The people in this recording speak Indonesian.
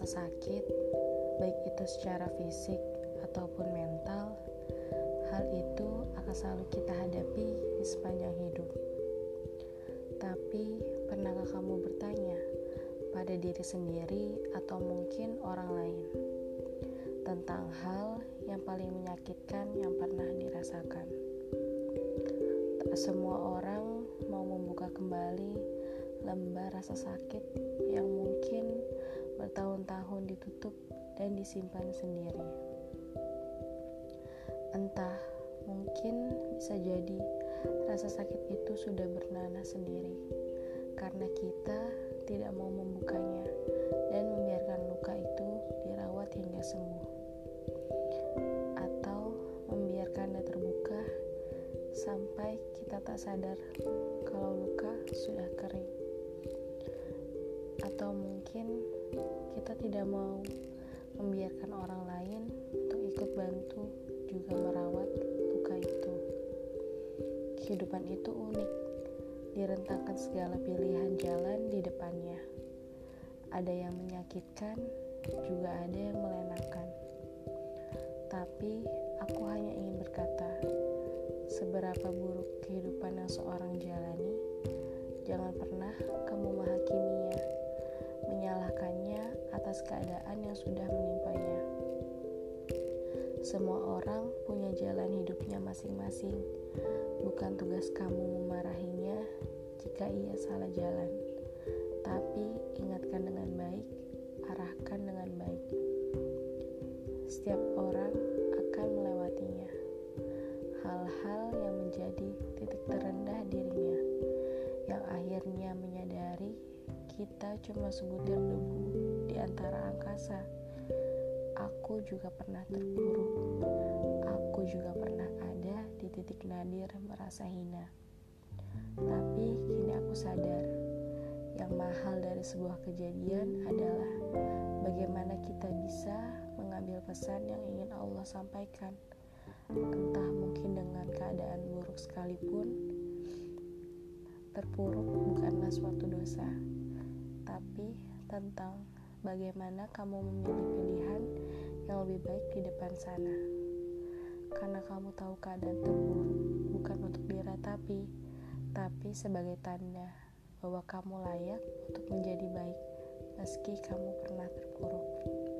rasa sakit, baik itu secara fisik ataupun mental, hal itu akan selalu kita hadapi di sepanjang hidup. Tapi, pernahkah kamu bertanya pada diri sendiri atau mungkin orang lain tentang hal yang paling menyakitkan yang pernah dirasakan? Tak semua orang mau membuka kembali lembar rasa sakit yang mungkin bertahun-tahun ditutup dan disimpan sendiri. Entah, mungkin bisa jadi rasa sakit itu sudah bernanah sendiri karena kita tidak mau membukanya dan membiarkan luka itu dirawat hingga sembuh, atau membiarkannya terbuka sampai kita tak sadar kalau luka sudah kering. Atau mungkin kita tidak mau membiarkan orang lain untuk ikut bantu juga merawat luka itu. Kehidupan itu unik, direntangkan segala pilihan jalan di depannya. Ada yang menyakitkan, juga ada yang menyenangkan. Tapi aku hanya ingin berkata, seberapa buruk kehidupan yang seorang jalani, jangan pernah kamu menghakiminya, menyalahkannya atas keadaan yang sudah menimpanya. Semua orang punya jalan hidupnya masing-masing. Bukan tugas kamu memarahinya jika ia salah jalan, tapi ingatkan dengan baik, arahkan dengan baik. Setiap orang akan melewatinya. Hal-hal yang menjadi titik terendah dirinya, yang akhirnya menyadari kita cuma sebutir debu di antara angkasa. Aku juga pernah terpuruk. Aku juga pernah ada di titik nadir merasa hina. Tapi kini aku sadar, yang mahal dari sebuah kejadian adalah bagaimana kita bisa mengambil pesan yang ingin Allah sampaikan. Entah mungkin dengan keadaan buruk sekalipun, terpuruk bukanlah suatu dosa, tapi tentang bagaimana kamu memilih pilihan yang lebih baik di depan sana. Karena kamu tahu keadaan terpuruk bukan untuk diratapi, tapi sebagai tanda bahwa kamu layak untuk menjadi baik meski kamu pernah terpuruk.